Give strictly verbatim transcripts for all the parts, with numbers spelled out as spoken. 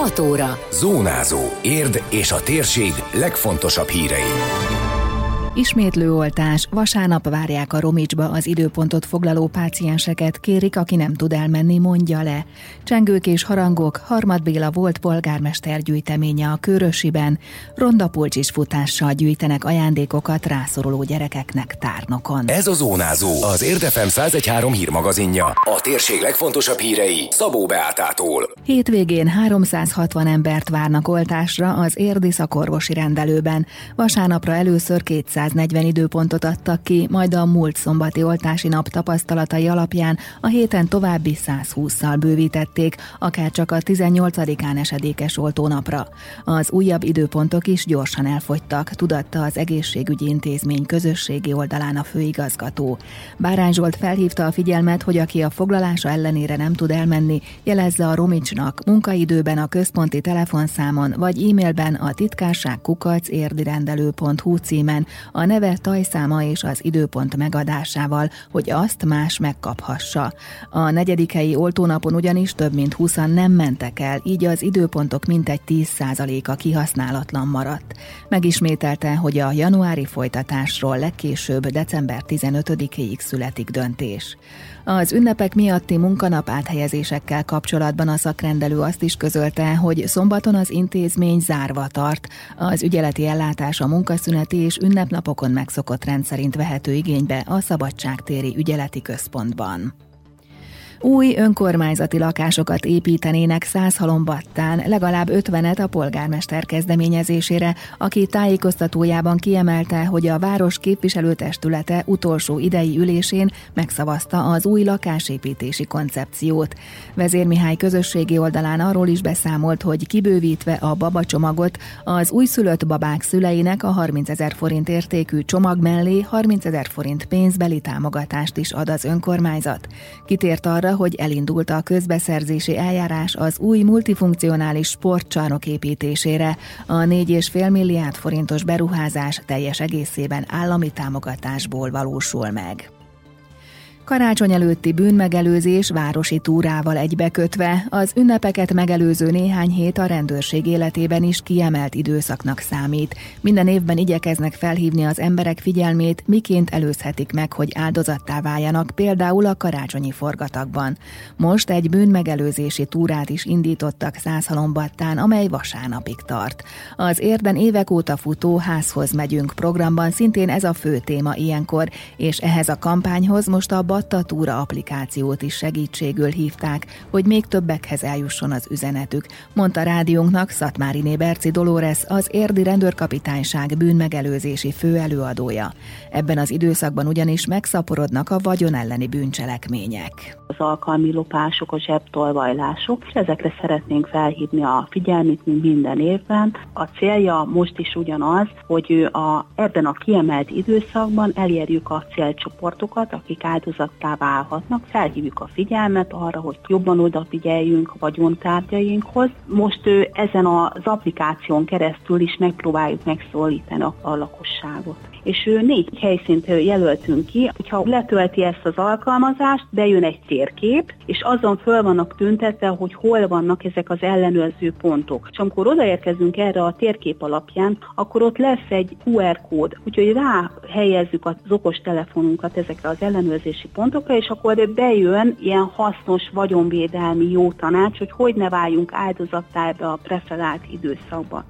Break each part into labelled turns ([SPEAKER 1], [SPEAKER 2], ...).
[SPEAKER 1] hat óra.
[SPEAKER 2] Zónázó. Érd és a térség legfontosabb hírei.
[SPEAKER 3] Ismétlőoltás. Vasárnap várják a Romicsba az időpontot foglaló pácienseket, kérik, aki nem tud elmenni, mondja le. Csengők és harangok, Harmad Béla volt polgármester gyűjteménye a Körösiben, rondapulcsis futással gyűjtenek ajándékokat rászoruló gyerekeknek tárnokon.
[SPEAKER 2] Ez a Zónázó, az Érd ef em száz egy három hírmagazinja. A térség legfontosabb hírei Szabó Beátától.
[SPEAKER 3] Hétvégén háromszázhatvan embert várnak oltásra az érdi szakorvosi rendelőben. Vasárnapra először kétszáznegyven időpontot adtak ki, majd a múlt szombati oltási nap tapasztalatai alapján a héten további százhússzal bővítették, akárcsak a tizennyolcadikán esedékes oltónapra. Az újabb időpontok is gyorsan elfogytak, tudatta az egészségügyi intézmény közösségi oldalán a főigazgató. Bárány Zsolt felhívta a figyelmet, hogy aki a foglalása ellenére nem tud elmenni, jelezze a Romicsnak munkaidőben a központi telefonszámon vagy e-mailben a titkárság kukac érdirendelő pont hu címen a neve, tajszáma és az időpont megadásával, hogy azt más megkaphassa. A negyedikei oltónapon ugyanis több mint húszan nem mentek el, így az időpontok mintegy tíz százaléka kihasználatlan maradt. Megismételte, hogy a januári folytatásról legkésőbb december tizenötödikéig születik döntés. Az ünnepek miatti munkanap áthelyezésekkel kapcsolatban a szakrendelő azt is közölte, hogy szombaton az intézmény zárva tart. Az ügyeleti ellátás a munkaszüneti és ünnepnapokon megszokott rendszerint vehető igénybe a Szabadságtéri Ügyeleti Központban. Új önkormányzati lakásokat építenének Százhalombattán, legalább ötvenet a polgármester kezdeményezésére, aki tájékoztatójában kiemelte, hogy a város képviselőtestülete utolsó idei ülésén megszavazta az új lakásépítési koncepciót. Vezér Mihály közösségi oldalán arról is beszámolt, hogy kibővítve a babacsomagot, az újszülött babák szüleinek a harmincezer forint értékű csomag mellé harmincezer forint pénzbeli támogatást is ad az önkormányzat. Kitért arra, hogy elindult a közbeszerzési eljárás az új multifunkcionális sportcsarnok építésére. A négy és fél milliárd forintos beruházás teljes egészében állami támogatásból valósul meg. Karácsony előtti bűnmegelőzés városi túrával egybekötve, az ünnepeket megelőző néhány hét a rendőrség életében is kiemelt időszaknak számít. Minden évben igyekeznek felhívni az emberek figyelmét, miként előzhetik meg, hogy áldozattá váljanak, például a karácsonyi forgatagban. Most egy bűnmegelőzési túrát is indítottak Százhalombattán, amely vasárnapig tart. Az Érden évek óta futó Házhoz megyünk programban szintén ez a fő téma ilyenkor, és ehhez a kampányhoz most a Batta Túra applikációt is segítségül hívták, hogy még többekhez eljusson az üzenetük, mondta rádiónknak Szatmáriné Berci Dolores, az érdi rendőrkapitányság bűnmegelőzési főelőadója. Ebben az időszakban ugyanis megszaporodnak a vagyon elleni bűncselekmények.
[SPEAKER 4] Az alkalmi lopások, a zsebtolvajlások, és ezekre szeretnénk felhívni a figyelmét, mint minden évben. A célja most is ugyanaz, hogy a, ebben a kiemelt időszakban elérjük a célcsoportokat, akik áldozattá válhatnak, felhívjuk a figyelmet arra, hogy jobban odafigyeljünk a vagyontárgyainkhoz. Most ezen az applikáción keresztül is megpróbáljuk megszólítani a, a lakosságot. És négy helyszínt jelöltünk ki, hogyha letölti ezt az alkalmazást, bejön egy térkép, és azon föl vannak tüntetve, hogy hol vannak ezek az ellenőrző pontok. És amikor odaérkezünk erre a térkép alapján, akkor ott lesz egy kú er kód, úgyhogy ráhelyezzük az okos telefonunkat ezekre az ellenőrzési pontokra, és akkor bejön ilyen hasznos vagyonvédelmi jó tanács, hogy hogy ne váljunk áldozattá ebbe a preferált időszakba.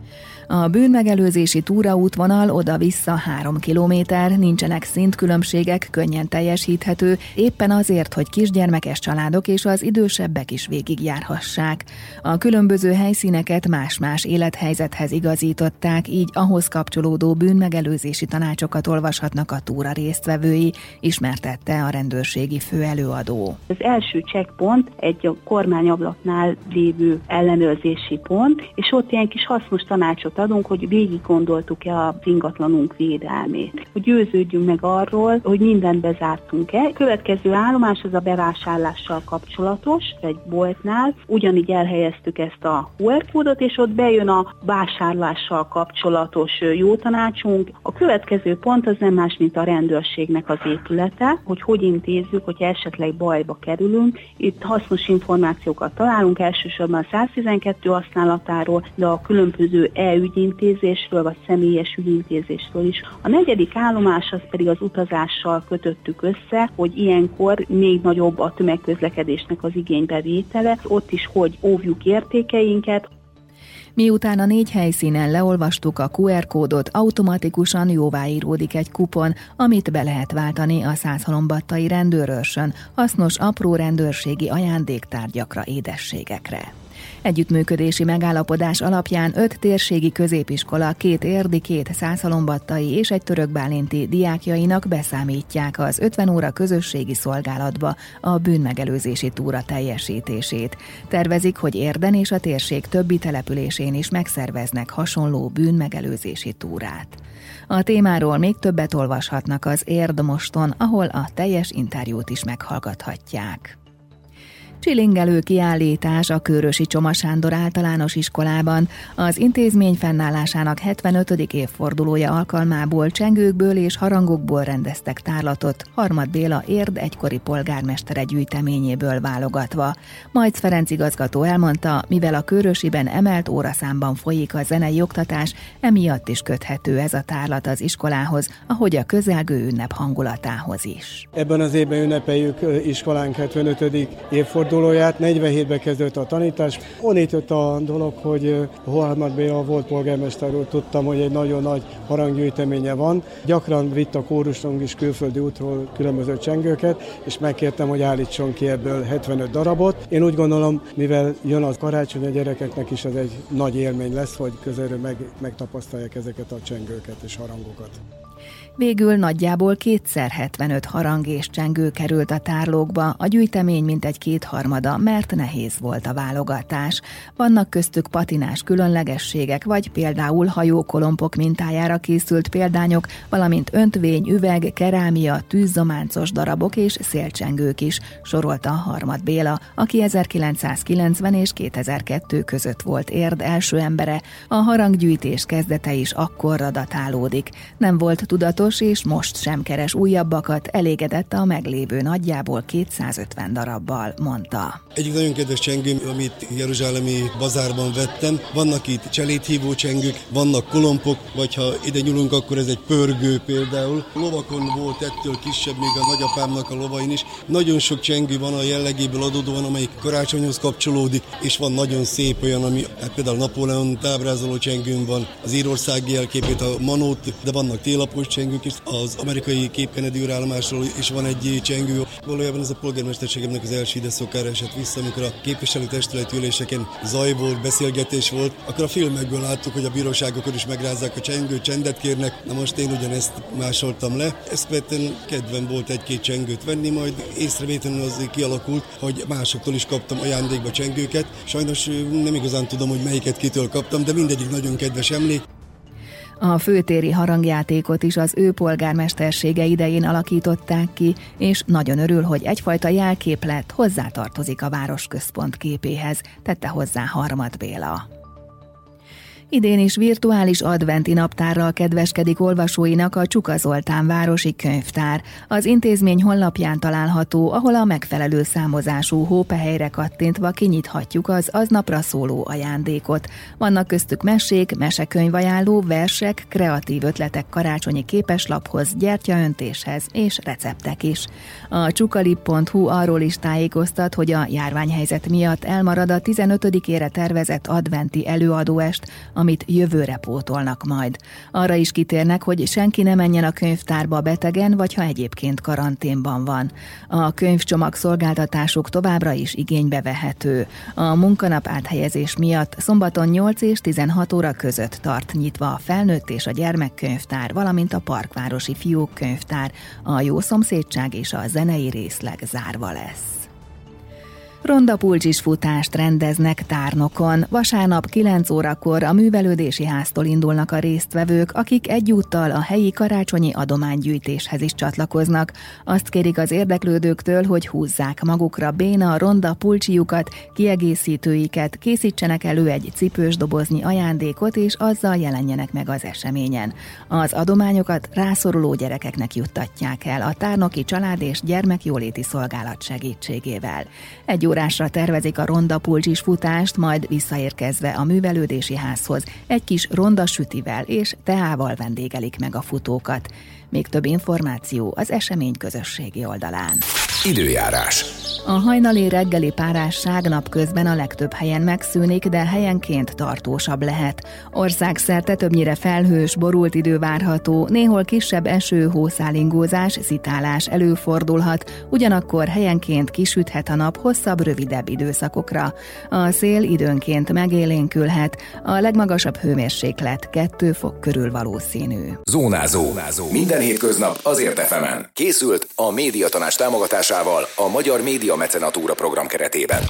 [SPEAKER 3] A bűnmegelőzési túraútvonal oda-vissza három kilométer, nincsenek szintkülönbségek, könnyen teljesíthető, éppen azért, hogy kisgyermekes családok és az idősebbek is végigjárhassák. A különböző helyszíneket más-más élethelyzethez igazították, így ahhoz kapcsolódó bűnmegelőzési tanácsokat olvashatnak a túra résztvevői, ismertette a rendőrségi főelőadó.
[SPEAKER 4] Az első checkpont egy a kormányablaknál lévő ellenőrzési pont, és ott ilyen kis hasznos tanácsok tanácsot adunk, hogy végig gondoltuk-e az ingatlanunk védelmét. Hogy győződjünk meg arról, hogy mindent bezártunk-e. Következő állomás az a bevásárlással kapcsolatos, egy boltnál. Ugyanígy elhelyeztük ezt a kú er kódot, és ott bejön a vásárlással kapcsolatos jó tanácsunk. A következő pont az nem más, mint a rendőrségnek az épülete, hogy hogy intézzük, hogyha esetleg bajba kerülünk. Itt hasznos információkat találunk, elsősorban a száz tizenkettő használatáról, de a különböző e-ügyintézésről, vagy személyes ügyintézésről is. A negyedik állomás az pedig az utazással kötöttük össze, hogy ilyenkor még nagyobb a tömegközlekedésnek az igénybevétele, ott is, hogy óvjuk értékeinket.
[SPEAKER 3] Miután a négy helyszínen leolvastuk a kú er kódot, automatikusan jóváíródik egy kupon, amit be lehet váltani a Százhalombattai rendőrőrsön, hasznos apró rendőrségi ajándéktárgyakra, édességekre. Együttműködési megállapodás alapján öt térségi középiskola, két érdi, két százhalombattai és egy törökbálinti diákjainak beszámítják az ötven óra közösségi szolgálatba a bűnmegelőzési túra teljesítését. Tervezik, hogy Érden és a térség többi településén is megszerveznek hasonló bűnmegelőzési túrát. A témáról még többet olvashatnak az Érd Moston, ahol a teljes interjút is meghallgathatják. Csilingelő kiállítás a Kőrösi Csoma Sándor Általános Iskolában. Az intézmény fennállásának hetvenötödik évfordulója alkalmából csengőkből és harangokból rendeztek tárlatot Harmad Béla Érd egykori polgármestere gyűjteményéből válogatva. Majc Ferenc igazgató elmondta, mivel a Kőrösiben emelt óraszámban folyik a zenei oktatás, emiatt is köthető ez a tárlat az iskolához, ahogy a közelgő ünnep hangulatához is.
[SPEAKER 1] Ebben az évben ünnepeljük iskolánk hetvenötödik évfordulóját. negyvenhétben kezdődött a tanítás. Onnét jött a dolog, hogy Harmad Béla volt polgármesterről, tudtam, hogy egy nagyon nagy haranggyűjteménye van. Gyakran vitt a kórusunk is külföldi útról különböző csengőket, és megkértem, hogy állítson ki ebből hetvenöt darabot. Én úgy gondolom, mivel jön az karácsony, a gyerekeknek is ez egy nagy élmény lesz, hogy közelről meg, megtapasztalják ezeket a csengőket és harangokat.
[SPEAKER 3] Végül nagyjából kétszer hetvenöt harang és csengő került a tárlókba, a gyűjtemény mintegy kétharmada, mert nehéz volt a válogatás. Vannak köztük patinás különlegességek, vagy például hajókolompok mintájára készült példányok, valamint öntvény, üveg, kerámia, tűzzománcos darabok és szélcsengők is, sorolta Harmad Béla, aki ezerkilencszázkilencven és kétezer-kettő között volt Érd első embere. A haranggyűjtés kezdete is akkorra datálódik. Nem volt tudatos, és most sem keres újabbakat, elégedett a meglévő nagyjából kétszázötven darabbal, mondta.
[SPEAKER 5] Egyik nagyon kedves csengőm, amit jeruzsálemi bazárban vettem. Vannak itt cselédhívó csengők, vannak kolompok, vagy ha ide nyúlunk, akkor ez egy pörgő például. Lovakon volt ettől kisebb, még a nagyapámnak a lovain is. Nagyon sok csengő van a jellegéből adódóan, amelyik karácsonyhoz kapcsolódik, és van nagyon szép olyan, ami hát például Napóleon ábrázoló csengőn van, az írországi jelképét, a manót, de vannak télapos csengők is. Az amerikai Cape Kennedy űrállomásról is van egy csengő. Valójában ez a polgármesterségemnek az első ide szokára esett vissza, amikor a képviselőtestületi üléseken zaj volt, beszélgetés volt, akkor a filmekből láttuk, hogy a bíróságokon is megrázzák a csengőt, csendet kérnek. Na most én ugyanezt másoltam le. Ezt követően kedvem volt egy-két csengőt venni, majd észrevétlenül az kialakult, hogy másoktól is kaptam ajándékba csengőket. Sajnos nem igazán tudom, hogy melyiket kitől kaptam, de mindegyik nagyon kedves emlék.
[SPEAKER 3] A főtéri harangjátékot is az ő polgármestersége idején alakították ki, és nagyon örül, hogy egyfajta jelkép lett, hozzátartozik a városközpont képéhez, tette hozzá Harmad Béla. Idén is virtuális adventi naptárral kedveskedik olvasóinak a Csuka Zoltán városi könyvtár. Az intézmény honlapján található, ahol a megfelelő számozású hópehelyre kattintva kinyithatjuk az aznapra szóló ajándékot. Vannak köztük mesék, mesekönyvajánló, versek, kreatív ötletek karácsonyi képeslaphoz, gyertyaöntéshez és receptek is. A csukalip pont hu arról is tájékoztat, hogy a járványhelyzet miatt elmarad a tizenötödikére tervezett adventi előadóest, amit jövőre pótolnak majd. Arra is kitérnek, hogy senki ne menjen a könyvtárba betegen, vagy ha egyébként karanténban van. A könyvcsomag szolgáltatásuk továbbra is igénybe vehető. A munkanap áthelyezés miatt szombaton nyolc és tizenhat óra között tart nyitva a felnőtt és a gyermekkönyvtár, valamint a parkvárosi fiók könyvtár, a jó szomszédság és a zenei részleg zárva lesz. Ronda pulcsis futást rendeznek Tárnokon. Vasárnap kilenc órakor a művelődési háztól indulnak a résztvevők, akik egyúttal a helyi karácsonyi adománygyűjtéshez is csatlakoznak. Azt kérik az érdeklődőktől, hogy húzzák magukra béna ronda pulcsijukat, kiegészítőiket, készítsenek elő egy cipős doboznyi ajándékot, és azzal jelenjenek meg az eseményen. Az adományokat rászoruló gyerekeknek juttatják el a Tárnoki Család és Gyermekjóléti Szolgálat segítségével. Egy órásra tervezik a ronda pulcsis futást, majd visszaérkezve a művelődési házhoz egy kis ronda sütivel és teával vendégelik meg a futókat. Még több információ az esemény közösségi oldalán.
[SPEAKER 2] Időjárás.
[SPEAKER 3] A hajnali reggeli párásság napközben a legtöbb helyen megszűnik, de helyenként tartósabb lehet. Országszerte többnyire felhős, borult idő várható, néhol kisebb eső, hószálingózás, szitálás előfordulhat, ugyanakkor helyenként kisüthet a nap hosszabb, rövidebb időszakokra. A szél időnként megélénkülhet, a legmagasabb hőmérséklet kettő fok körül valószínű.
[SPEAKER 2] Zónázó. Zónázó. Minden hétköznap az Ért ef emen. Készült a Médiatanács támogatásával a Magyar Média Mecenatúra program keretében.